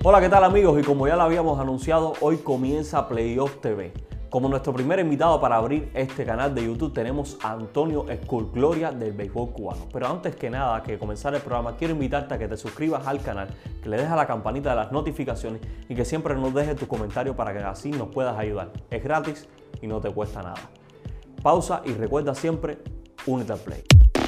Hola, ¿qué tal amigos? Y como ya lo habíamos anunciado, hoy comienza Playoff TV. Como nuestro primer invitado para abrir este canal de YouTube tenemos a Antonio Escul, gloria del béisbol cubano. Pero antes que nada, que comenzar el programa, quiero invitarte a que te suscribas al canal, que le dejes a la campanita de las notificaciones y que siempre nos dejes tu comentario para que así nos puedas ayudar. Es gratis y no te cuesta nada. Pausa y recuerda siempre, únete al play.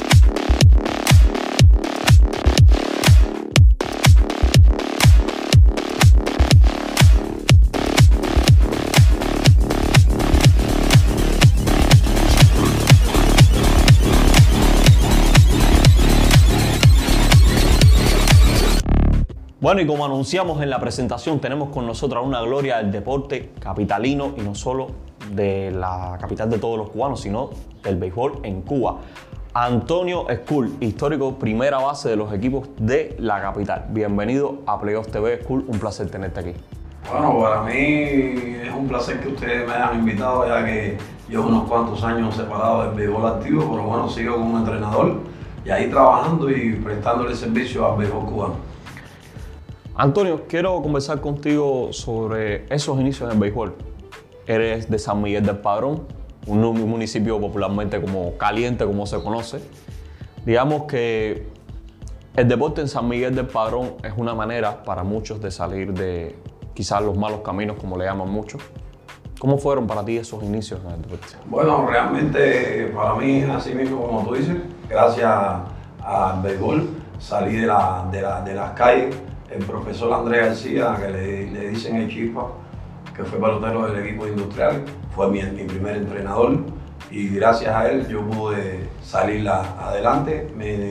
Bueno, y como anunciamos en la presentación, tenemos con nosotros a una gloria del deporte capitalino y no solo de la capital de todos los cubanos, sino del béisbol en Cuba. Antonio Escul, histórico primera base de los equipos de la capital. Bienvenido a Playoff TV, Escul, un placer tenerte aquí. Bueno, para mí es un placer que ustedes me hayan invitado, ya que llevo unos cuantos años separado del béisbol activo, pero bueno, sigo como entrenador y ahí trabajando y prestándole servicio al béisbol cubano. Antonio, quiero conversar contigo sobre esos inicios en el béisbol. Eres de San Miguel del Padrón, un municipio popularmente como caliente, como se conoce. Digamos que el deporte en San Miguel del Padrón es una manera para muchos de salir de quizás los malos caminos, como le llaman muchos. ¿Cómo fueron para ti esos inicios en el deporte? Bueno, realmente para mí, así mismo como tú dices, gracias al béisbol salí de las calles. El profesor Andrés García, que le dicen el Chispa, que fue pelotero del equipo industrial, fue mi primer entrenador y gracias a él yo pude salir adelante.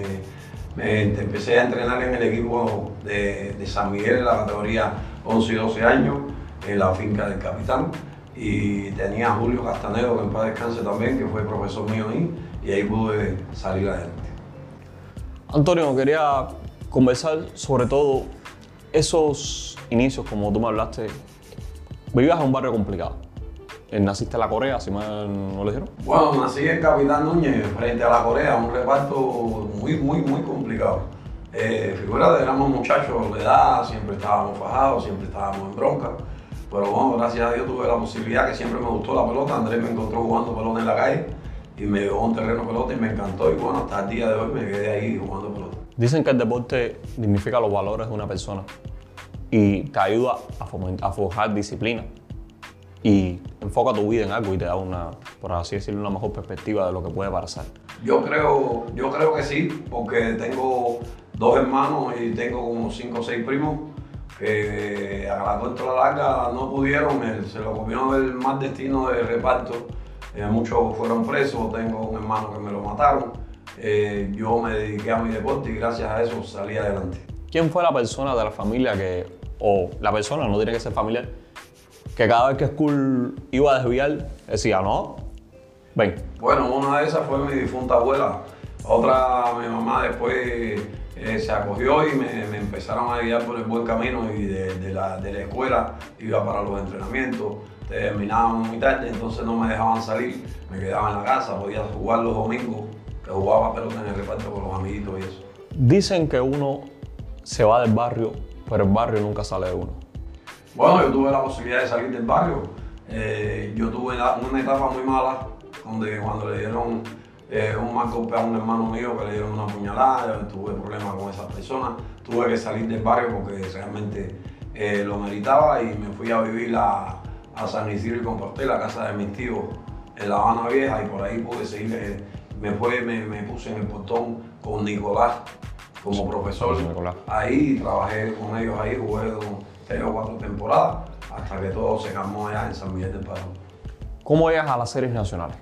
Empecé a entrenar en el equipo de San Miguel en la categoría 11 y 12 años, en la finca del capitán, y tenía a Julio Castanero, que en paz descanse también, que fue profesor mío ahí, y ahí pude salir adelante. Antonio, quería conversar sobre todo esos inicios, como tú me hablaste. Vivías en un barrio complicado. Naciste en La Corea, si mal no le dijeron. Bueno, nací en Capitán Núñez, frente a La Corea, un reparto muy complicado. Figúrate, éramos muchachos de edad, siempre estábamos fajados, siempre estábamos en bronca. Pero bueno, gracias a Dios tuve la posibilidad, que siempre me gustó la pelota. Andrés me encontró jugando pelota en la calle y me llevó a un terreno de pelota y me encantó. Y bueno, hasta el día de hoy me quedé ahí jugando pelota. Dicen que el deporte dignifica los valores de una persona y te ayuda a forjar disciplina y enfoca tu vida en algo y te da una, por así decirlo, una mejor perspectiva de lo que puede pasar. Yo creo que sí, porque tengo dos hermanos y tengo como 5 o 6 primos que a la corta o la larga no pudieron, se lo comió el mal destino del reparto. Muchos fueron presos, tengo un hermano que me lo mataron. Yo me dediqué a mi deporte y gracias a eso salí adelante. ¿Quién fue la persona de la familia o la persona, no tiene que ser familiar, que cada vez que Escul iba a desviar decía, no, ven? Bueno, una de esas fue mi difunta abuela. Otra, mi mamá después se acogió y me empezaron a guiar por el buen camino y de la escuela iba para los entrenamientos. Terminábamos muy tarde, entonces no me dejaban salir, me quedaba en la casa, podía jugar los domingos, que jugaba pelota en el reparto con los amiguitos y eso. Dicen que uno se va del barrio, pero el barrio nunca sale de uno. Bueno, yo tuve la posibilidad de salir del barrio. Yo tuve una etapa muy mala, donde cuando le dieron un mal golpe a un hermano mío, que le dieron una puñalada, tuve problemas con esas personas. Tuve que salir del barrio porque realmente lo meritaba y me fui a vivir a San Isidro y Compostela, la casa de mis tíos en La Habana Vieja, y por ahí pude seguir. Me puse en el portón con Nicolás como profesor. Ahí trabajé con ellos, ahí jugué 3 o 4 temporadas hasta que todo se calmó allá en San Miguel del Padrón. ¿Cómo llegas a las series nacionales?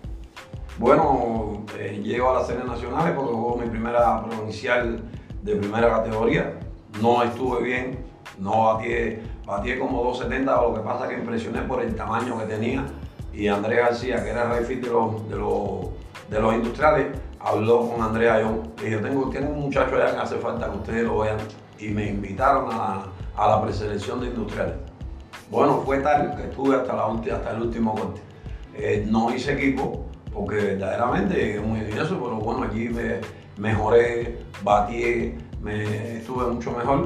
Bueno, llego a las series nacionales porque jugué mi primera provincial de primera categoría. No estuve bien, no batí como 270, lo que pasa es que impresioné por el tamaño que tenía. Y Andrés García, que era el rey de los industriales, habló con Andrés Ayón. Le dije, tengo un muchacho allá que hace falta que ustedes lo vean. Y me invitaron a la preselección de industriales. Bueno, fue tal que estuve hasta el último corte. No hice equipo porque verdaderamente es muy ingenioso, pero bueno, allí me mejoré, batí, estuve mucho mejor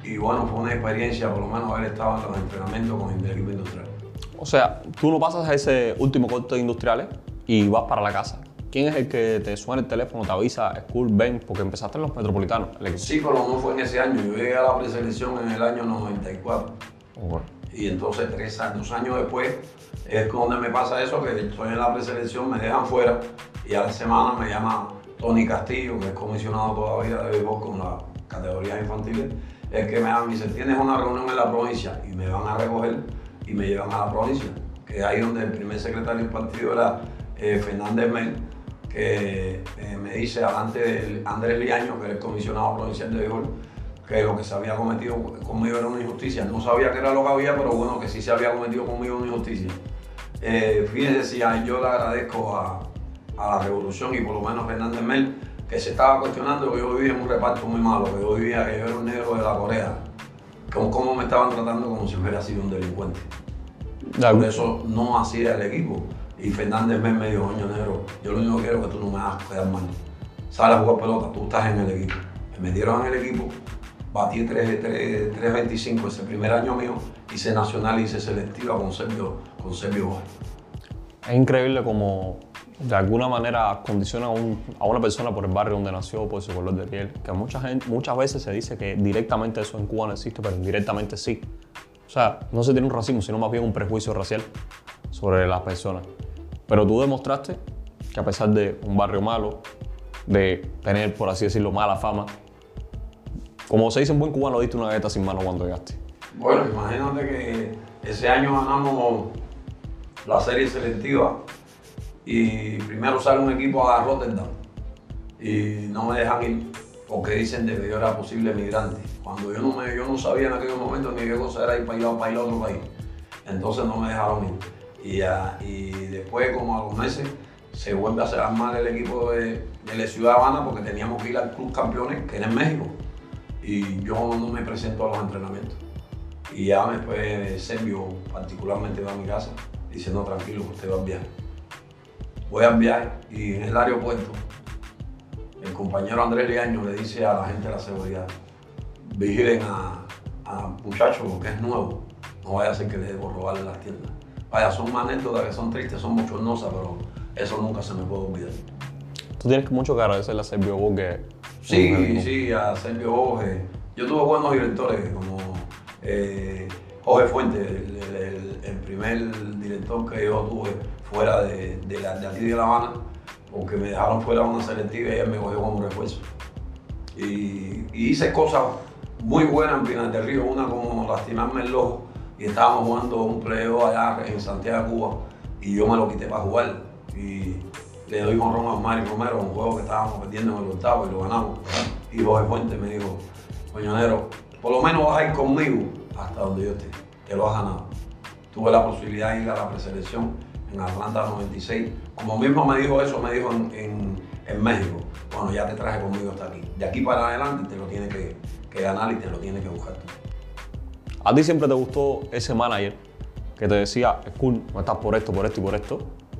y bueno, fue una experiencia, por lo menos haber estado en los entrenamientos con el equipo industrial. O sea, tú no pasas a ese último corte de industriales y vas para la casa. ¿Quién es el que te suena el teléfono, te avisa, Skull, ven? Porque empezaste en los Metropolitanos. Sí, pero no fue en ese año. Yo llegué a la preselección en el año 94. Bueno. Y entonces 2 años después es donde me pasa eso, que estoy en la preselección, me dejan fuera y a la semana me llama Tony Castillo, que es comisionado todavía de béisbol con las categorías infantiles, es que me dice, tienes una reunión en la provincia y me van a recoger y me llevan a la provincia, que es ahí donde el primer secretario del partido era Fernández Mel, que me dice delante de Andrés Liaño, que es el comisionado provincial de béisbol, que lo que se había cometido conmigo era una injusticia. No sabía qué era lo que había, pero bueno, que sí se había cometido conmigo una injusticia. Fíjense, yo le agradezco a la Revolución y por lo menos a Fernández Mel, que se estaba cuestionando que yo vivía en un reparto muy malo, que yo vivía, que yo era un negro de la Corea, cómo me estaban tratando como si hubiera sido un delincuente. Por eso no hacía el equipo. Y Fernández Mel me dijo, coño negro, yo lo único que quiero es que tú no me hagas quedar mal. Sale a jugar pelota, tú estás en el equipo. Me metieron en el equipo. Batí 3.25 ese primer año mío, hice nacional, hice selectiva con Sergio Boy. Es increíble cómo de alguna manera condiciona a una persona por el barrio donde nació, por su color de piel. Que muchas veces se dice que directamente eso en Cuba no existe, pero indirectamente sí. O sea, no se tiene un racismo, sino más bien un prejuicio racial sobre las personas. Pero tú demostraste que a pesar de un barrio malo, de tener, por así decirlo, mala fama, como se dice en buen cubano, diste una galleta sin mano cuando llegaste. Bueno, imagínate que ese año ganamos la serie selectiva y primero sale un equipo a Rotterdam y no me dejan ir porque dicen de que yo era posible migrante. Cuando yo no sabía en aquel momento ni qué cosa era ir para ir a otro país. Entonces no me dejaron ir. Y después, como a los meses, se vuelve a hacer armar el equipo de la Ciudad de Habana porque teníamos que ir al Club Campeones, que era en México. Y yo no me presento a los entrenamientos. Y ya después Sergio particularmente va a mi casa diciendo tranquilo que usted va al viaje. Voy al viaje y en el aeropuerto el compañero Andrés Liaño le dice a la gente de la seguridad, vigilen a muchachos porque es nuevo, no vaya a ser que le debo robarle las tiendas. Vaya, son anécdotas que son tristes, son bochornosas, pero eso nunca se me puede olvidar. Tú tienes mucho que agradecerle a Sergio Borges. Sí, a Sergio Borges. Yo tuve buenos directores como Jorge Fuentes, el primer director que yo tuve fuera de aquí de La Habana, porque me dejaron fuera de una selectiva y él me cogió como refuerzo. Y hice cosas muy buenas en Pinar del Río, una como lastimarme el ojo y estábamos jugando un playoff allá en Santiago, Cuba, y yo me lo quité para jugar. Y le doy jonrón a Mario Romero, un juego que estábamos perdiendo en el octavo y lo ganamos. Y Jorge Fuentes me dijo, coñonero, por lo menos vas a ir conmigo hasta donde yo esté, que lo has ganado. Tuve la posibilidad de ir a la preselección en Atlanta 96. Como mismo me dijo eso, me dijo en México, bueno, ya te traje conmigo hasta aquí. De aquí para adelante te lo tienes que ganar y te lo tienes que buscar tú. ¿A ti siempre te gustó ese manager que te decía, Skull, no estás por esto, por esto y por esto?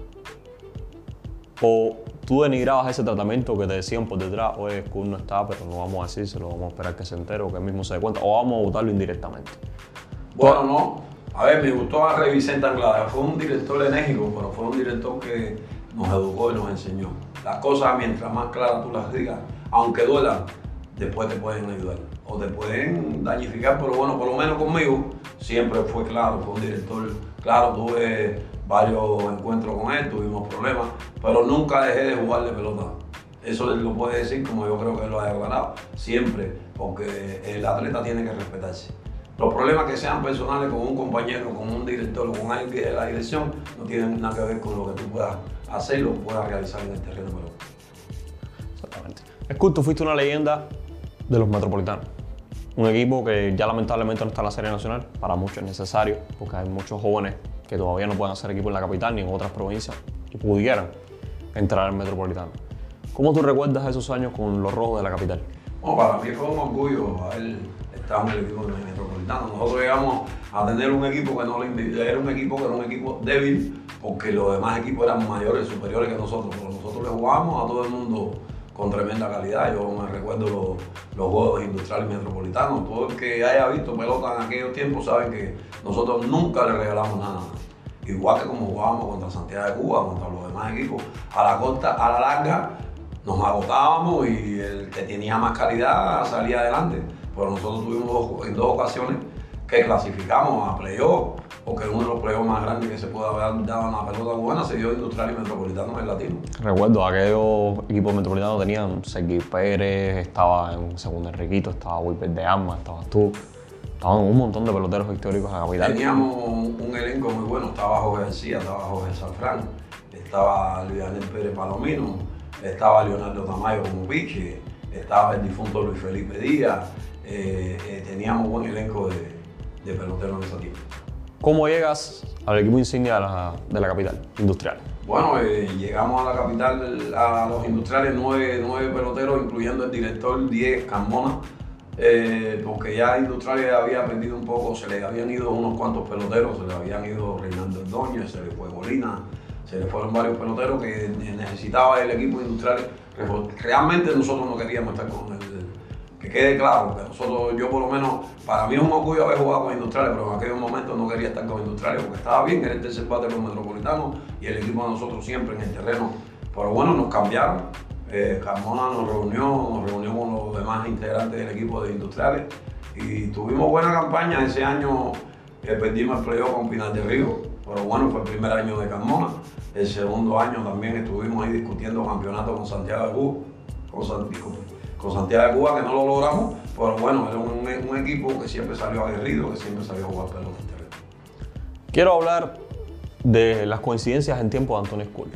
¿O tú denigrabas ese tratamiento que te decían por detrás, oye, Skull no está, pero no vamos a decírselo, vamos a esperar que se entere o que él mismo se dé cuenta, o vamos a votarlo indirectamente? Bueno, no. A ver, me gustó a Rey Vicente Anglada. Fue un director enérgico, pero fue un director que nos educó y nos enseñó. Las cosas, mientras más claras tú las digas, aunque duelan, después te pueden ayudar o te pueden dañificar, pero bueno, por lo menos conmigo siempre fue claro, fue un director claro. Tuve varios encuentros con él, tuvimos problemas, pero nunca dejé de jugarle pelota. Eso lo puede decir como yo creo que él lo haya ganado, siempre, porque el atleta tiene que respetarse. Los problemas que sean personales con un compañero, con un director o con alguien de la dirección no tienen nada que ver con lo que tú puedas hacer o puedas realizar en el terreno de pelota. Exactamente. Skull, tú fuiste una leyenda de los Metropolitanos. Un equipo que ya lamentablemente no está en la Serie Nacional. Para muchos es necesario, porque hay muchos jóvenes que todavía no pueden hacer equipo en la capital ni en otras provincias y pudieran entrar al Metropolitano. ¿Cómo tú recuerdas esos años con los rojos de la capital? Bueno, para mí fue un orgullo haber estado en el equipo del Metropolitano. Nosotros llegamos a tener un equipo que no era un equipo débil, porque los demás equipos eran mayores, superiores que nosotros. Pero nosotros le jugábamos a todo el mundo con tremenda calidad. Yo me recuerdo los juegos industriales metropolitanos. Todo el que haya visto pelota en aquellos tiempos sabe que nosotros nunca le regalamos nada. Igual que como jugábamos contra Santiago de Cuba, contra los demás equipos, a la corta, a la larga, nos agotábamos y el que tenía más calidad salía adelante. Pero nosotros tuvimos en dos ocasiones que clasificamos a playoff, porque uno de los playoffs más grandes que se puede haber dado en la pelota cubana se dio Industrial y Metropolitano en el Latino. Recuerdo, aquellos equipos metropolitanos tenían Sergi Pérez, estaba en Segundo Enriquito, estaba Wilper de Armas, estabas tú. Estaban un montón de peloteros históricos en la capital. Teníamos un elenco muy bueno, estaba Jorge García, estaba Jorge Sanfrán, estaba Lionel Pérez Palomino, estaba Leonardo Tamayo como piche, estaba el difunto Luis Felipe Díaz, teníamos buen elenco de peloteros en ese tiempo. ¿Cómo llegas al equipo insignia de la capital, Industrial? Bueno, llegamos a la capital, a los Industriales, 9 peloteros, incluyendo el director 10 Carmona, porque ya Industriales había perdido un poco, se le habían ido unos cuantos peloteros, se le habían ido Reinaldo Ordóñez, se le fue Bolina, se le fueron varios peloteros que necesitaba el equipo Industriales. Realmente nosotros no queríamos estar con él. Que quede claro, que nosotros, yo por lo menos, para mí es un orgullo haber jugado con Industriales, pero en aquellos momentos no quería estar con Industriales porque estaba bien, era el tercer bate con Metropolitanos y el equipo de nosotros siempre en el terreno. Pero bueno, nos cambiaron. Carmona nos reunió con los demás integrantes del equipo de Industriales y tuvimos buena campaña. Ese año perdimos el playoff con Pinar del Río, pero bueno, fue el primer año de Carmona. El segundo año también estuvimos ahí discutiendo campeonato con Santiago de Cuba, con Santiago de Cuba, que no lo logramos, pero bueno, era un equipo que siempre salió aguerrido, que siempre salió a jugar pelota en terreno. Quiero hablar de las coincidencias en tiempo de Antonio Escool.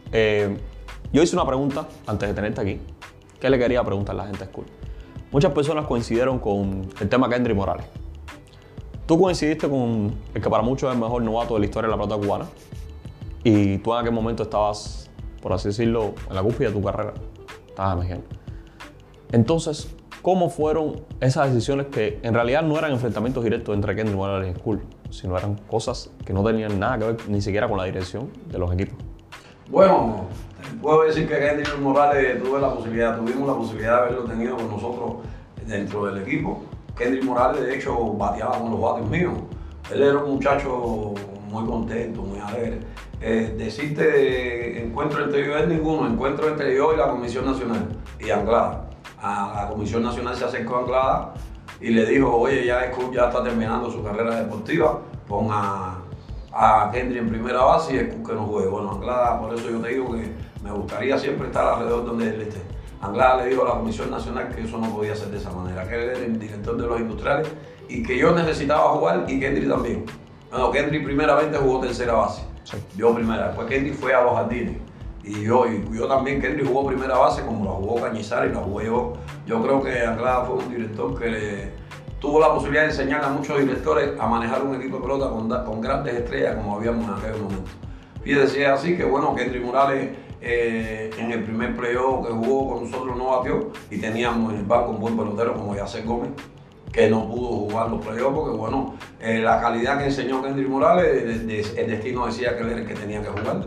Yo hice una pregunta antes de tenerte aquí. ¿Qué le quería preguntar a la gente a Escool? Muchas personas coincidieron con el tema Kendry Morales. Tú coincidiste con el que para muchos es el mejor novato de la historia de la pelota cubana y tú en aquel momento estabas, por así decirlo, en la cúspide de tu carrera. Estabas emergiendo. Entonces, ¿cómo fueron esas decisiones que en realidad no eran enfrentamientos directos entre Kendry Morales y Escool, sino eran cosas que no tenían nada que ver ni siquiera con la dirección de los equipos? Bueno, puedo decir que Kendry Morales tuvimos la posibilidad de haberlo tenido con nosotros dentro del equipo. Kendry Morales, de hecho, bateaba con los bates míos. Él era un muchacho muy contento, muy alegre. Decirte encuentro entre yo y él ninguno, encuentro entre yo y la Comisión Nacional y Anglada. A la Comisión Nacional se acercó a Anglada y le dijo, oye, ya está terminando su carrera deportiva, pon a Kendry en primera base y Escool que no juegue. Bueno, Anglada, por eso yo te digo que me gustaría siempre estar alrededor donde él esté. Anglada le dijo a la Comisión Nacional que eso no podía ser de esa manera, que él era el director de los Industriales y que yo necesitaba jugar y Kendry también. Bueno, Kendry primeramente jugó tercera base, sí. Yo primera, después Kendry fue a los Jardines. Y yo también, Kendry jugó primera base como la jugó Cañizares y la jugué yo. Yo creo que Anglada fue un director que tuvo la posibilidad de enseñar a muchos directores a manejar un equipo de pelota con grandes estrellas como habíamos en aquel momento. Fíjese así que bueno, Kendry Morales en el primer playoff que jugó con nosotros no batió y teníamos en el banco un buen pelotero como Yacer Gómez, que no pudo jugar los playoffs porque bueno, la calidad que enseñó Kendry Morales, el destino decía que él era el que tenía que jugar.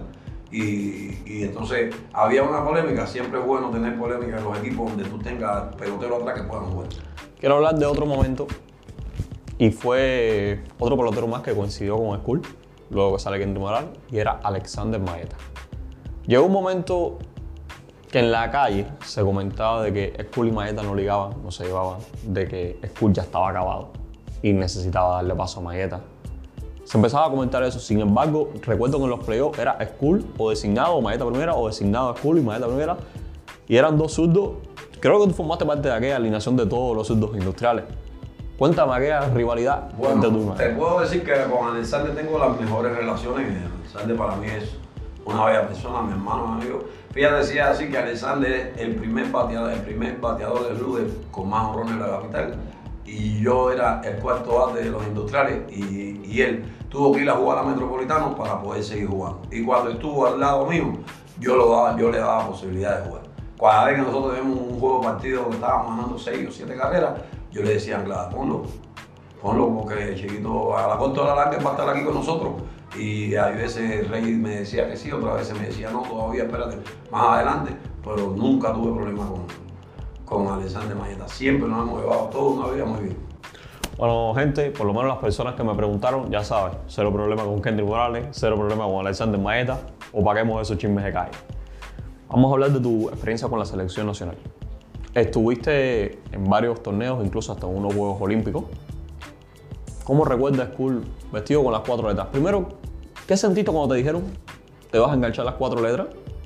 Y entonces había una polémica, siempre es bueno tener polémica en los equipos donde tú tengas peloteros atrás que puedan jugar. Quiero hablar de otro momento y fue otro pelotero más que coincidió con Escool, luego que sale Kendry Morales, y era Alexander Maeta. Llegó un momento que en la calle se comentaba de que Escool y Maeta no ligaban, no se llevaban, de que Escool ya estaba acabado y necesitaba darle paso a Maeta. Se empezaba a comentar eso, sin embargo, recuerdo que en los playoffs era Escool o designado Maeta primera o designado Escool y Maeta primera, y eran dos zurdos. Creo que tú formaste parte de aquella alineación de todos los zurdos industriales. Cuéntame aquella rivalidad entre tú y Maeta. Te puedo decir que con Alexander tengo las mejores relaciones. Alexander para mí es una bella persona, mi hermano, mi amigo. Fíjate, decía así que Alexander es el primer bateador de Ruder con más honrones de la capital. Y yo era el cuarto bate de los Industriales y él tuvo que ir a jugar a Metropolitanos para poder seguir jugando. Y cuando estuvo al lado mío, yo le daba posibilidad de jugar. Cada vez que nosotros teníamos un juego partido que estábamos ganando 6 o 7 carreras, yo le decía a Anglada, ponlo porque chiquito, a la corta o a la larga va a estar aquí con nosotros. Y a veces Rey me decía que sí, otras veces me decía no, todavía espérate, más adelante. pero nunca tuve problemas con Alexander Mayeta. Siempre nos hemos llevado toda una vida muy bien. Bueno, gente, por lo menos las personas que me preguntaron, ya saben, cero problema con Kendrick Morales, cero problema con Alexander Mayeta, o paguemos esos chismes de calle. Vamos a hablar de tu experiencia con la selección nacional. Estuviste en varios torneos, incluso hasta en unos Juegos Olímpicos. ¿Cómo recuerdas Skull vestido con las 4 letras? Primero, ¿qué sentiste cuando te dijeron te vas a enganchar las 4 letras?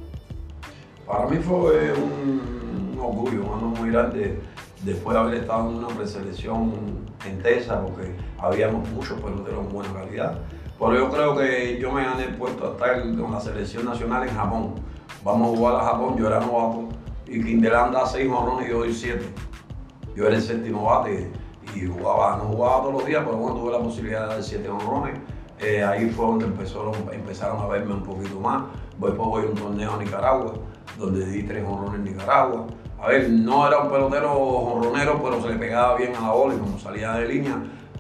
Para mí fue un orgullo, un honor muy grande después de haber estado en una preselección en Tesa, porque habíamos muchos peloteros de buena calidad. Pero yo creo que yo me gané el puesto a estar con la selección nacional en Japón. Vamos a jugar a Japón, yo era novato y Kindelán da 6 jonrones y yo doy 7. Yo era el séptimo bate y no jugaba todos los días, pero bueno, tuve la posibilidad de dar 7 jonrones. Ahí fue donde empezaron a verme un poquito más. Después voy a un torneo a Nicaragua, donde di 3 jonrones en Nicaragua. A ver, no era un pelotero jonronero, pero se le pegaba bien a la bola y como salía de línea.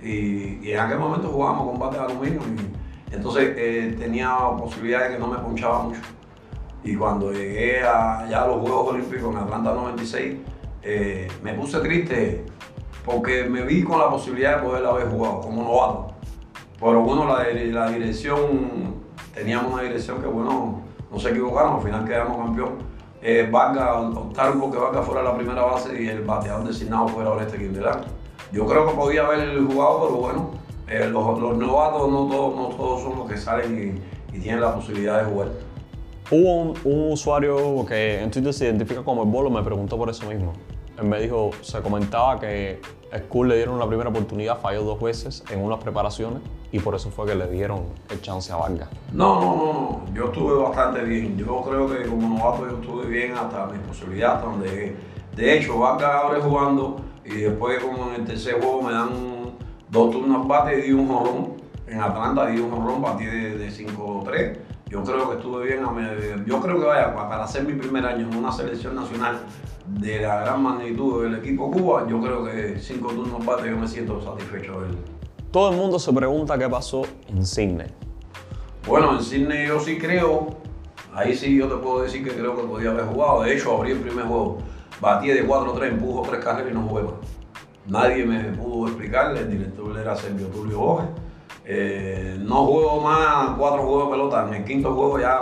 Y en aquel momento jugábamos con bate de aluminio y entonces tenía posibilidad de que no me ponchaba mucho. Y cuando llegué ya a los Juegos Olímpicos en Atlanta 96, me puse triste porque me vi con la posibilidad de poder haber jugado como novato. Pero bueno, la dirección, teníamos una dirección que bueno, no se equivocaron, al final quedamos campeón. Vargas, optaron porque Vargas fuera la primera base y el bateador designado fuera Oreste Kindelán. Yo creo que podía haber jugado, pero bueno, los novatos no todos son los que salen y tienen la posibilidad de jugar. Hubo un usuario que en Twitter se identifica como el Bolo, me preguntó por eso mismo. Él me dijo, se comentaba que a Skull le dieron la primera oportunidad, falló 2 veces en unas preparaciones y por eso fue que le dieron el chance a Vargas. No, yo estuve bastante bien. Yo creo que como novato yo estuve bien hasta mi posibilidad, hasta donde llegué. De hecho, Vargas ahora jugando y después como en el tercer juego me dan 2 turnos al bate y di un jonrón. En Atlanta di un jonrón, batí de 5-3. Yo creo que estuve bien. Yo creo que para hacer mi primer año en una selección nacional de la gran magnitud del equipo Cuba, yo creo que 5 turnos al bate yo me siento satisfecho de él. Todo el mundo se pregunta qué pasó en Sydney. Bueno, en Sydney yo sí creo, ahí sí yo te puedo decir que creo que podía haber jugado. De hecho, abrí el primer juego, batí de 4-3, empujo 3 carreras y no jugué más. Nadie me pudo explicar, el director era Sergio Tulio Bojes. No juego más 4 juegos de pelota. En el 5.º juego ya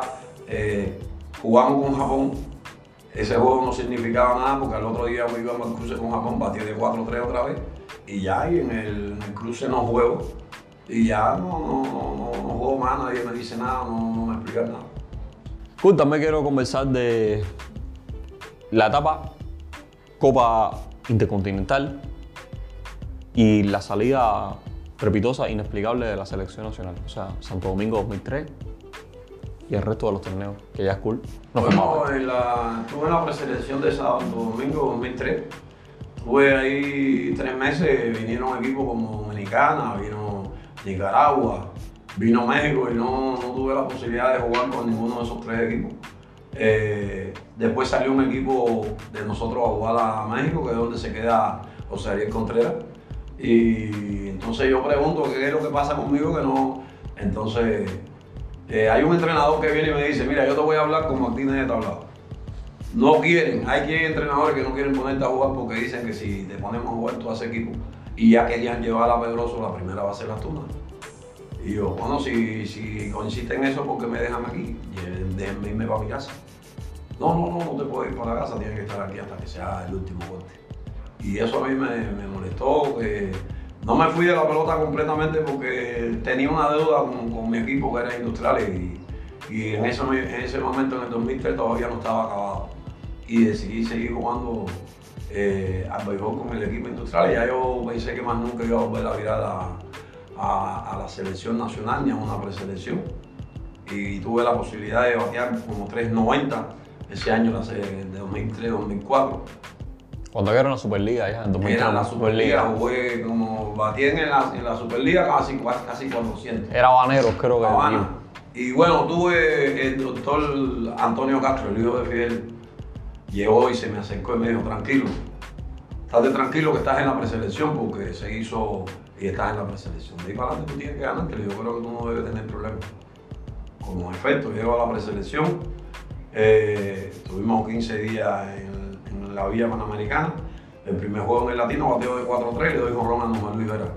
jugamos con Japón. Ese juego no significaba nada porque al otro día me íbamos al cruce con Japón, batí de 4-3 otra vez. Y ya y en el cruce no juego. Y ya no juego más, nadie me dice nada, no me explica nada. Cool, también quiero conversar de la etapa Copa Intercontinental y la salida trepitosa, inexplicable de la selección nacional. O sea, Santo Domingo 2003 y el resto de los torneos, que ya es cool. Bueno, estuve en la preselección de Santo Domingo 2003. Estuve ahí 3 meses, vinieron equipos como Dominicana, vino Nicaragua, vino México y no tuve la posibilidad de jugar con ninguno de esos 3 equipos. Después salió un equipo de nosotros a jugar a México, que es donde se queda José Ariel Contreras. Y entonces yo pregunto qué es lo que pasa conmigo, que no. Entonces hay un entrenador que viene y me dice, mira, yo te voy a hablar con Martínez de Tablado. No quieren, hay entrenadores que no quieren ponerte a jugar porque dicen que si te ponemos a jugar tú haces equipo. Y ya querían llevar a Pedroso, la primera base de las Tunas. Y yo, bueno, si consiste en eso, ¿por qué me dejan aquí? Déjenme irme para mi casa. No te puedes ir para la casa, tienes que estar aquí hasta que sea el último corte. Y eso a mí me molestó, que no me fui de la pelota completamente porque tenía una deuda con mi equipo que era Industriales y en ese momento, en el 2003, todavía no estaba acabado. Y decidí seguir jugando al béisbol con el equipo Industriales. Ya yo pensé que más nunca iba a volver a virar a la selección nacional ni a una preselección. Y tuve la posibilidad de batear como 3.90 ese año, de 2003-2004. Cuando era la Superliga ya, en 2003. Era la Superliga, jugué como batí en la Superliga casi 400. Era Habaneros, creo que. Habana. Y bueno, tuve el doctor Antonio Castro, el hijo de Fidel, llegó y se me acercó y me dijo, tranquilo, estate tranquilo que estás en la preselección porque se hizo y estás en la preselección. De ahí para adelante tú tienes que ganarte, yo creo que tú no debes tener problemas. Como efecto, llego a la preselección Estuvimos 15 días en la Villa Panamericana. El primer juego en el Latino, bateo de 4-3 y le doy jonrón a Número Luis Vera.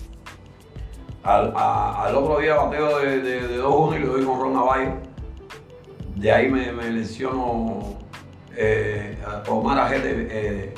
Al otro día bateo de 2-1 y le doy jonrón a Valle. De ahí me lesiono Omar Ajete.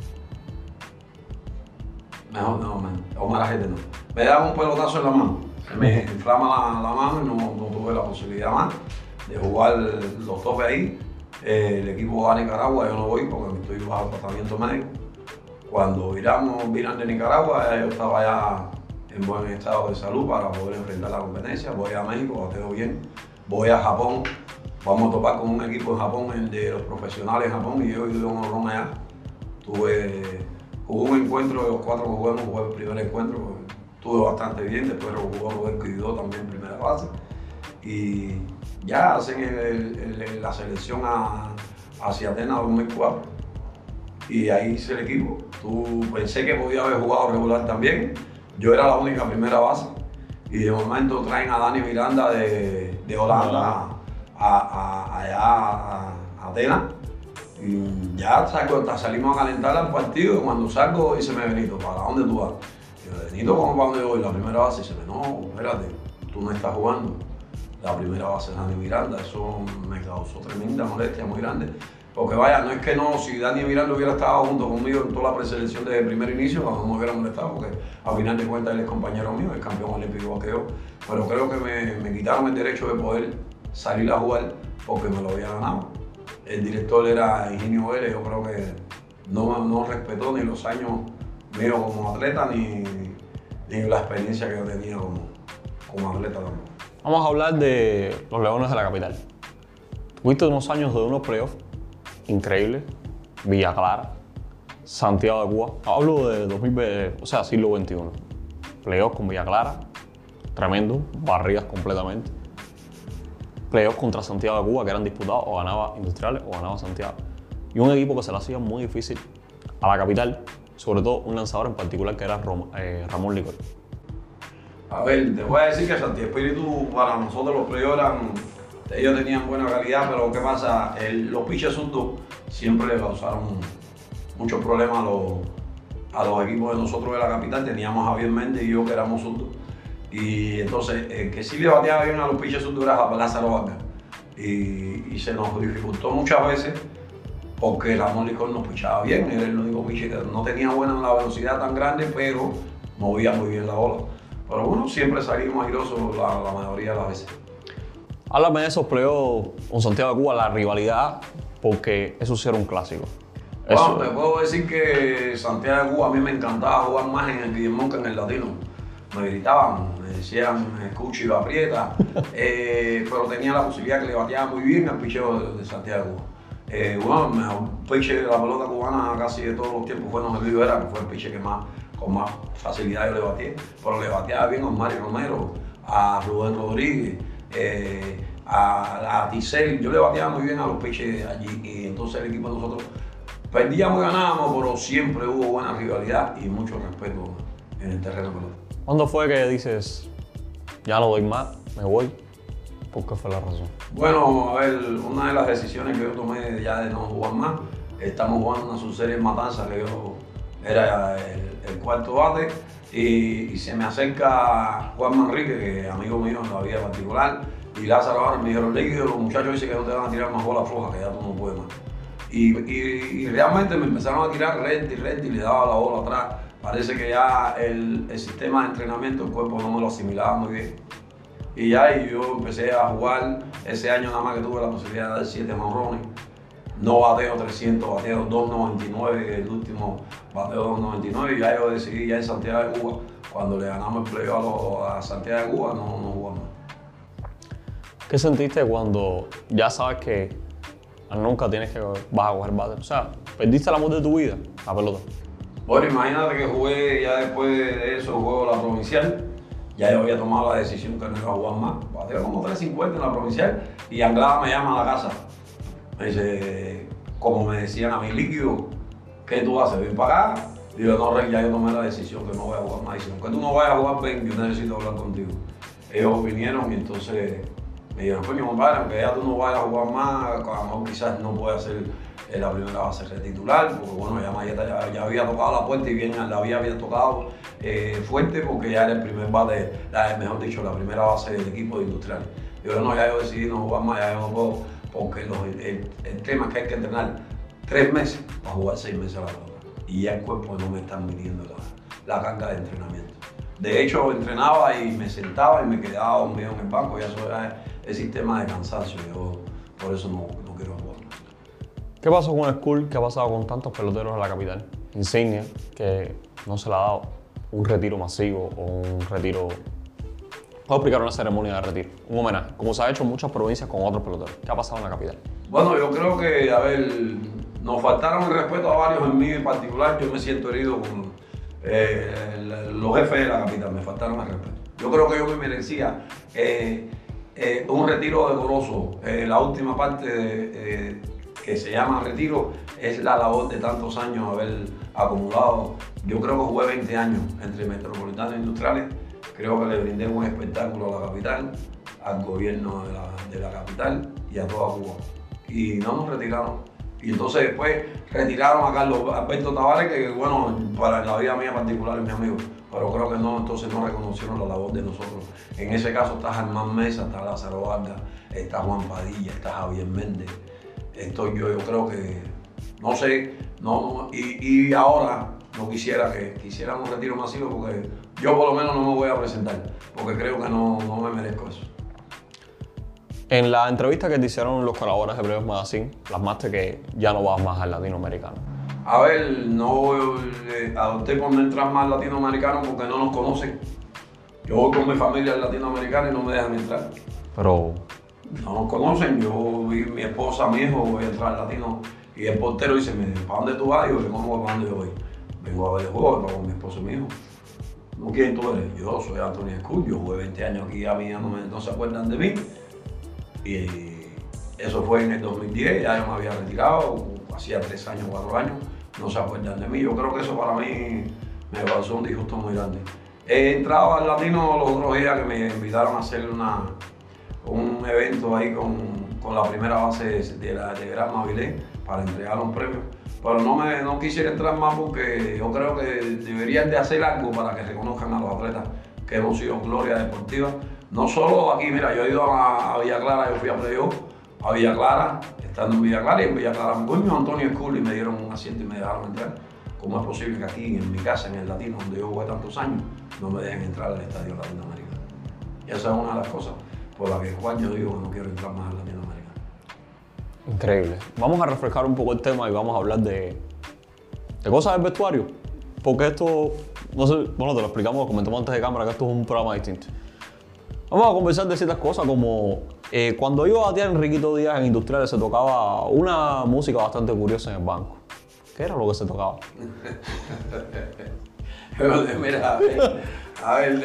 Mejor no, Omar Ajete no. Me da un pelotazo en la mano. Se me inflama la mano y no tuve la posibilidad más de jugar los topes ahí. El equipo va a Nicaragua, yo no voy porque estoy bajo tratamiento médico. Cuando viran de Nicaragua, yo estaba ya en buen estado de salud para poder enfrentar la competencia. Voy a México, bateo bien. Voy a Japón, vamos a topar con un equipo en Japón, el de los profesionales en Japón, y yo doy un honrón allá. Jugué un encuentro de los 4 que jugamos, jugué el primer encuentro, estuve bastante bien, después jugó Roberto Guidó también en primera base. Y ya hacen la selección hacia Atenas 2004 y ahí hice el equipo. Pensé que podía haber jugado regular también, yo era la única primera base y de momento traen a Dani Miranda de Holanda allá a Atenas y ya salimos a calentar al partido y cuando salgo dice Benito, ¿para dónde tú vas? Y yo, Benito, ¿cómo para dónde voy? La primera base dice, no, espérate, tú no estás jugando. La primera base es Dani Miranda, eso me causó tremenda molestia muy grande. Porque vaya, no es que no, si Dani Miranda hubiera estado junto conmigo en toda la preselección desde el primer inicio, no me hubiera molestado, porque al final de cuentas él es compañero mío, es campeón olímpico igual que yo. Pero creo que me quitaron el derecho de poder salir a jugar porque me lo había ganado. El director era Higinio Vélez, yo creo que no respetó ni los años míos como atleta, ni la experiencia que yo tenía como atleta también. Vamos a hablar de los Leones de la Capital. Tuviste unos años de unos playoffs increíbles, Villa Clara, Santiago de Cuba. Hablo de 2020, o sea, siglo XXI. Playoffs con Villa Clara, tremendo, barridas completamente. Playoffs contra Santiago de Cuba que eran disputados, o ganaba Industriales o ganaba Santiago. Y un equipo que se le hacía muy difícil a la capital, sobre todo un lanzador en particular que era Ramón Licor. A ver, te voy a decir que Santi Espíritu para nosotros los playoffs ellos tenían buena calidad, pero ¿qué pasa? Los pitchers zurdos siempre le causaron muchos problemas a los equipos de nosotros de la capital. Teníamos a Javier Méndez y yo que éramos zurdos. Y entonces, el que sí le bateaba bien a los pitchers zurdos era Lázaro Vargas. Y se nos dificultó muchas veces porque Ramón Licor nos pichaba bien. Era el único pitcher que no tenía buena la velocidad tan grande, pero movía muy bien la bola. Pero bueno, siempre salimos airosos la mayoría de las veces. Háblame de esos playoffs con Santiago de Cuba, la rivalidad, porque eso sí era un clásico. Bueno, te puedo decir que Santiago de Cuba a mí me encantaba jugar más en el Guillermón que en el Latino. Me gritaban, me decían, escucha y lo aprieta, pero tenía la posibilidad que le bateaba muy bien al picheo de Santiago de Cuba. Bueno, el mejor pitcher de la pelota cubana casi de todos los tiempos fue Noel Rivera, que fue el pitcher que con más facilidad yo le bateé, pero le bateaba bien a Mario Romero, a Rubén Rodríguez, a Tisel. Yo le bateaba muy bien a los pitchers allí y entonces el equipo de nosotros perdíamos y ganábamos, pero siempre hubo buena rivalidad y mucho respeto en el terreno de pelota. ¿Cuándo fue que dices, ya no doy más, me voy? ¿Por qué fue la razón? Bueno, a ver, una de las decisiones que yo tomé ya de no jugar más, estamos jugando una subserie en Matanza, que yo era el cuarto bate, y se me acerca Juan Manrique, que es amigo mío en la vida particular, y Lázaro ahora me dijeron, líquido, los muchachos dicen que no te van a tirar más bolas flojas, que ya tú no puedes más. Y realmente me empezaron a tirar recta y le daba la bola atrás. Parece que ya el sistema de entrenamiento, el cuerpo no me lo asimilaba muy bien. Y ya yo empecé a jugar, ese año nada más que tuve la posibilidad de dar 7 jonrones. No bateo 300, bateo 299, el último bateo 299, y ya yo decidí ya en Santiago de Cuba, cuando le ganamos el playoff a Santiago de Cuba, no jugamos. ¿Qué sentiste cuando ya sabes que nunca vas a coger bate? O sea, perdiste el amor de tu vida, la pelota. Bueno, imagínate que jugué ya después de eso, juego la provincial. Ya yo había tomado la decisión que no iba a jugar más. Bateo como 350 en la provincial y Anglada me llama a la casa. Me dice, como me decían a mi líquido, ¿qué tú haces? ¿Ven para acá? Digo, no, Rey, ya yo tomé la decisión que no voy a jugar más. Dicen, aunque tú no vayas a jugar, ven, yo necesito hablar contigo. Ellos vinieron y entonces Me dijeron, coño, compadre, aunque ya tú no vayas a jugar más, a lo mejor quizás no puedas ser la primera base retitular, porque bueno, ya Mayeta ya había tocado la puerta y bien la había tocado fuerte porque ya era el primer bate, mejor dicho, la primera base del equipo de Industriales. Yo no, ya yo decidí no jugar más, ya yo no puedo, porque el tema es que hay que entrenar 3 meses para jugar 6 meses a la pelota. Y ya el cuerpo no me está midiendo la carga de entrenamiento. De hecho, entrenaba y me sentaba y me quedaba dormido en el banco, y eso era el sistema de cansancio. Yo por eso no quiero jugar. ¿Qué pasó con el Skull? ¿Qué ha pasado con tantos peloteros de la capital? Insignia, que no se le ha dado un retiro masivo o un retiro... Voy a explicar una ceremonia de retiro, un homenaje, como se ha hecho en muchas provincias con otros peloteros. ¿Qué ha pasado en la capital? Bueno, yo creo que, a ver, nos faltaron el respeto a varios, en mí en particular. Yo me siento herido con los jefes de la capital, me faltaron el respeto. Yo creo que yo me merecía un retiro decoroso. La última parte que se llama retiro es la labor de tantos años haber acumulado. Yo creo que jugué 20 años entre Metropolitanos e Industriales. Creo que le brindé un espectáculo a la capital, al gobierno de la capital y a toda Cuba. Y no nos retiraron. Y entonces después retiraron a Carlos Alberto Tavares, que bueno, para la vida mía particular es mi amigo, pero creo que no, entonces no reconocieron la labor de nosotros. En ese caso está Germán Mesa, está Lázaro Vargas, está Juan Padilla, está Javier Méndez, estoy yo creo que, no sé, y ahora no quisiera que hicieran un retiro masivo, porque yo por lo menos no me voy a presentar, porque creo que no me merezco eso. En la entrevista que te hicieron los colaboradores de Playboy Magazine, plasmaste que ya no vas más al latinoamericano. A ver, no adopté por no entrar más al latinoamericano porque no nos conocen. Yo voy con mi familia al latinoamericano y no me dejan entrar. Pero... no nos conocen, mi esposa, mi hijo, voy a entrar al latino. Y el portero dice, ¿para dónde tú vas? Y yo, ¿cómo para dónde yo voy? Vengo a ver el juego, vengo con mi esposo y mi hijo. ¿No, quién tú eres? Yo soy Antonio Skull, yo jugué 20 años aquí, a mí ya no se acuerdan de mí. Y eso fue en el 2010, ya yo me había retirado, hacía 3 años, 4 años, no se acuerdan de mí. Yo creo que eso para mí me causó un disgusto muy grande. He entrado al latino los otros días que me invitaron a hacer un evento ahí con la primera base de Gran Mavilé para entregar un premio. Pero no quisiera entrar más porque yo creo que deberían de hacer algo para que reconozcan a los atletas que hemos sido gloria deportiva. No solo aquí, mira, yo he ido a Villa Clara, yo fui a playoff a Villa Clara, estando en Villa Clara, y en Villa Clara me fue Antonio Skull y me dieron un asiento y me dejaron entrar. ¿Cómo es posible que aquí, en mi casa, en el Latino, donde yo jugué tantos años, no me dejen entrar al estadio latinoamericano? Y esa es una de las cosas por las que Juan yo digo que no quiero entrar más al latinoamericano. Increíble. Vamos a refrescar un poco el tema y vamos a hablar de cosas del vestuario. Porque esto, no sé, bueno, te lo explicamos, lo comentamos antes de cámara, que esto es un programa distinto. Vamos a conversar de ciertas cosas como cuando iba a batear Enriquito Díaz en Industriales se tocaba una música bastante curiosa en el banco. ¿Qué era lo que se tocaba? Mira, a ver,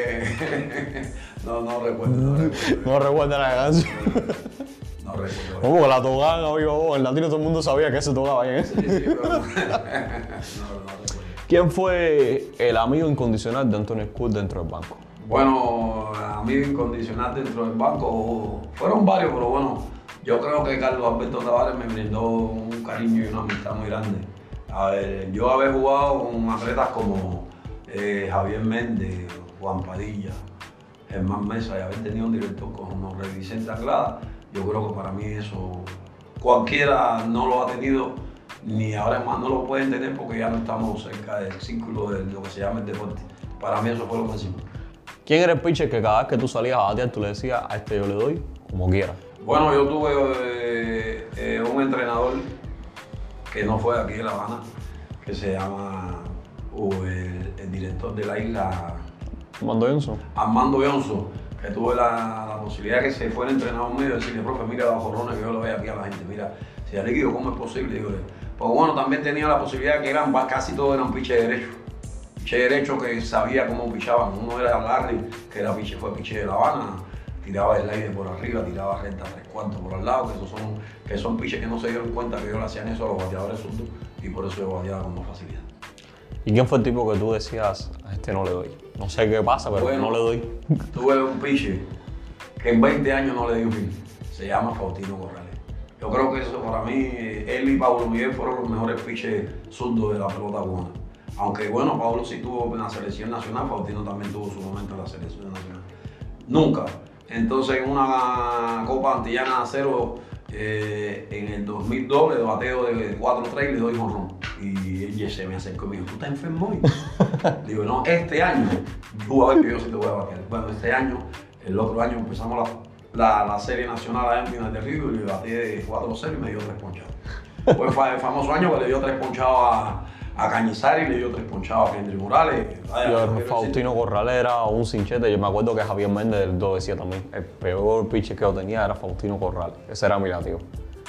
no recuerdo. No recuerdo la canción. No recuerdo. ¿Cómo que la tocaban? Oye, en latino todo el mundo sabía que se tocaba ahí, ¿eh? Sí, pero no recuerdo. ¿Quién fue el amigo incondicional de Antonio Skull dentro del banco? Bueno, amigo incondicional dentro del banco, fueron varios, pero bueno, yo creo que Carlos Alberto Tavares me brindó un cariño y una amistad muy grande. A ver, yo haber jugado con atletas como Javier Méndez, Juan Padilla, Germán Mesa y haber tenido un director como Rey Vicente Anglada, yo creo que para mí eso cualquiera no lo ha tenido, ni ahora más no lo pueden tener porque ya no estamos cerca del círculo de lo que se llama el deporte. Para mí eso fue lo máximo. ¿Quién era el pitcher que cada vez que tú salías a batear tú le decías a este yo le doy como quiera? Bueno, yo tuve un entrenador que no fue de aquí de La Habana, que se llama el director de la isla, Armando Johnson. Armando Johnson, que tuve la posibilidad de que se fuera entrenador mío y decirle, profe, mira los jorrones que yo lo veo aquí a la gente, mira, si ya le digo, ¿cómo es posible? Digo, pues bueno, también tenía la posibilidad de que casi todos eran pitches derechos. Piché derecho que sabía cómo pichaban. Uno era Larry, que fue piché de La Habana, tiraba el aire por arriba, tiraba recta 3/4 por al lado, que son piches que no se dieron cuenta que ellos le hacían eso a los bateadores zurdos y por eso yo bateaba con más facilidad. ¿Y quién fue el tipo que tú decías, a este no le doy? No sé qué pasa, pero bueno, no le doy. Tuve un piche que en 20 años no le dio fin. Se llama Faustino Corrales. Yo creo que eso para mí, él y Pablo Miguel fueron los mejores pitchers zurdos de la pelota cubana. Aunque bueno, Pablo sí tuvo en la selección nacional, Faustino también tuvo su momento en la selección nacional. Nunca. Entonces en una Copa Antillana Acero, en el 2002 le bateo de 4-3 y le doy jonrón. Y él se me acercó y me dijo, ¿tú estás enfermo hoy? Digo, no, este año, tú a ver que yo sí te voy a batear. Bueno, este año, el otro año empezamos la serie nacional allá en Pinar del Río y le batí de 4-0 y me dio 3 ponchados. Fue el famoso año que le dio 3 ponchados a Cañizares y le dio 3 ponchados a Kendry Morales. Faustino Corrales era un cinchete. Yo me acuerdo que Javier Méndez lo decía también. El peor pitcher que yo tenía era Faustino Corrales. Ese era mi lativo.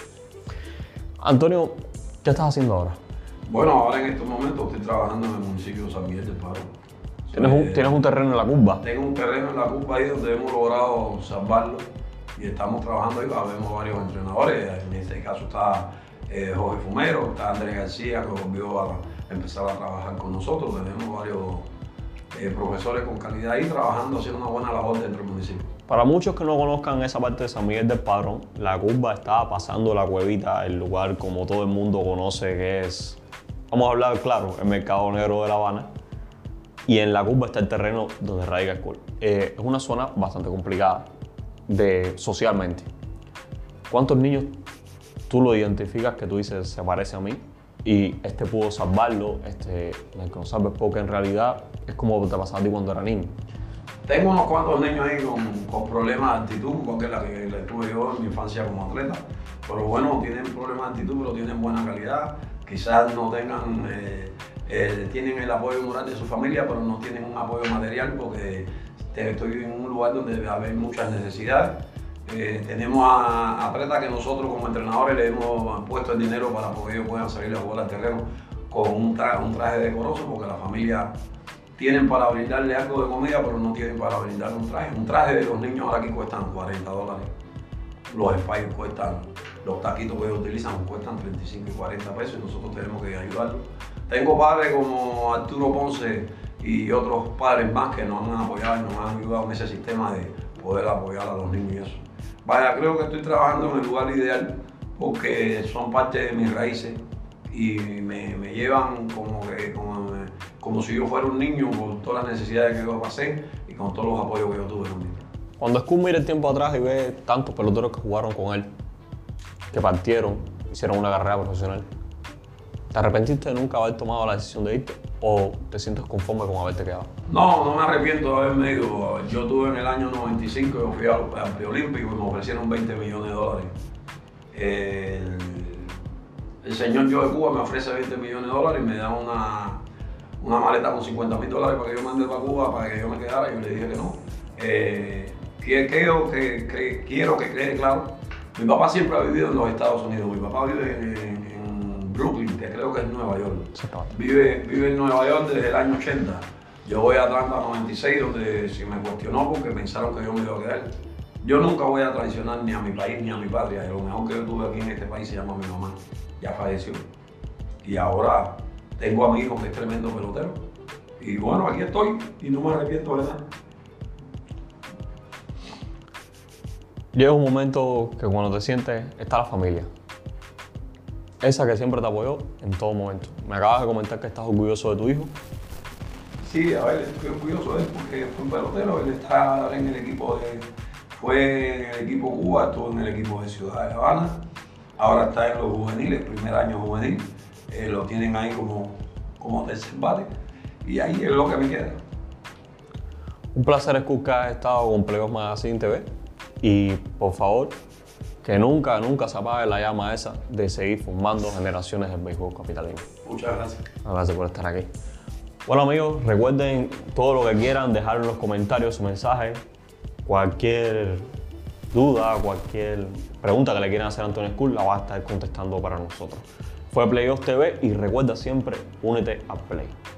Antonio, ¿qué estás haciendo ahora? Bueno, ahora en estos momentos estoy trabajando en el municipio de San Miguel del Paro. ¿Tienes un terreno en la curva? Tengo un terreno en la curva ahí donde hemos logrado salvarlo y estamos trabajando ahí. Vemos varios entrenadores. En este caso está Jorge Fumero, está Andrés García, que volvió a empezar a trabajar con nosotros. Tenemos varios profesores con calidad ahí trabajando, haciendo una buena labor dentro del municipio. Para muchos que no conozcan esa parte de San Miguel del Padrón, la curva está pasando la Cuevita, el lugar como todo el mundo conoce que es, vamos a hablar claro, el mercado negro de La Habana. Y en la curva está el terreno donde radica el club. Es una zona bastante complicada socialmente. ¿Cuántos niños tú lo identificas que tú dices se parece a mí y este pudo salvarlo, el que no salve? Porque en realidad es como te pasaba a ti cuando era niño. Tengo unos cuantos niños ahí con problemas de actitud, porque es la que le tuve yo en mi infancia como atleta. Pero bueno, tienen problemas de actitud, pero tienen buena calidad. Quizás no tengan, tienen el apoyo moral de su familia, pero no tienen un apoyo material porque estoy en un lugar donde debe haber muchas necesidades. Tenemos a atletas que nosotros como entrenadores le hemos puesto el dinero para que ellos puedan salir a jugar al terreno con un traje decoroso, porque la familia tienen para brindarle algo de comida, pero no tienen para brindarle un traje. Un traje de los niños ahora aquí cuestan $40. Los spikes cuestan, los taquitos que ellos utilizan cuestan 35 y 40 pesos y nosotros tenemos que ayudarlos. Tengo padres como Arturo Ponce y otros padres más que nos han apoyado y nos han ayudado en ese sistema de poder apoyar a los niños y eso. Vaya, creo que estoy trabajando en el lugar ideal porque son parte de mis raíces y me llevan como si yo fuera un niño con todas las necesidades que yo pasé y con todos los apoyos que yo tuve en mi vida. Cuando Skull mira el tiempo atrás y ve tantos peloteros que jugaron con él, que partieron, hicieron una carrera profesional, ¿te arrepentiste de nunca haber tomado la decisión de irte o te sientes conforme con haberte quedado? No, no me arrepiento de haberme ido. Yo tuve en el año 95, yo fui al preolímpico y me ofrecieron $20 millones. El señor Joe de Cuba me ofrece $20 millones y me da una maleta con $50,000 para que yo mande para Cuba, para que yo me quedara. Yo le dije que no. Quiero que quede claro. Mi papá siempre ha vivido en los Estados Unidos. Mi papá vive en Brooklyn, que creo que es Nueva York. Vive en Nueva York desde el año 80. Yo voy a Atlanta 96, donde se me cuestionó porque pensaron que yo me iba a quedar. Yo nunca voy a traicionar ni a mi país ni a mi patria. Y lo mejor que yo tuve aquí en este país se llama mi mamá. Ya falleció. Y ahora tengo a mi hijo que es tremendo pelotero. Y bueno, aquí estoy y no me arrepiento de nada. Llega un momento que cuando te sientes está la familia. Esa que siempre te apoyó en todo momento. Me acabas de comentar que estás orgulloso de tu hijo. Sí, a ver, estoy orgulloso de él porque fue un pelotero. Él está en el equipo fue en el equipo Cuba, estuvo en el equipo de Ciudad de La Habana. Ahora está en los juveniles, primer año juvenil. Lo tienen ahí como tercer bate. Y ahí es lo que me queda. Un placer escuchar que has estado con Playoff Magazine TV. Y por favor, que nunca se apague la llama esa de seguir formando generaciones del béisbol capitalino. Muchas gracias. Gracias por estar aquí. Bueno amigos, recuerden todo lo que quieran, dejar en los comentarios su mensaje, cualquier duda, cualquier pregunta que le quieran hacer a Antonio Skull, la va a estar contestando para nosotros. Fue Playoff TV y recuerda siempre, únete a Play.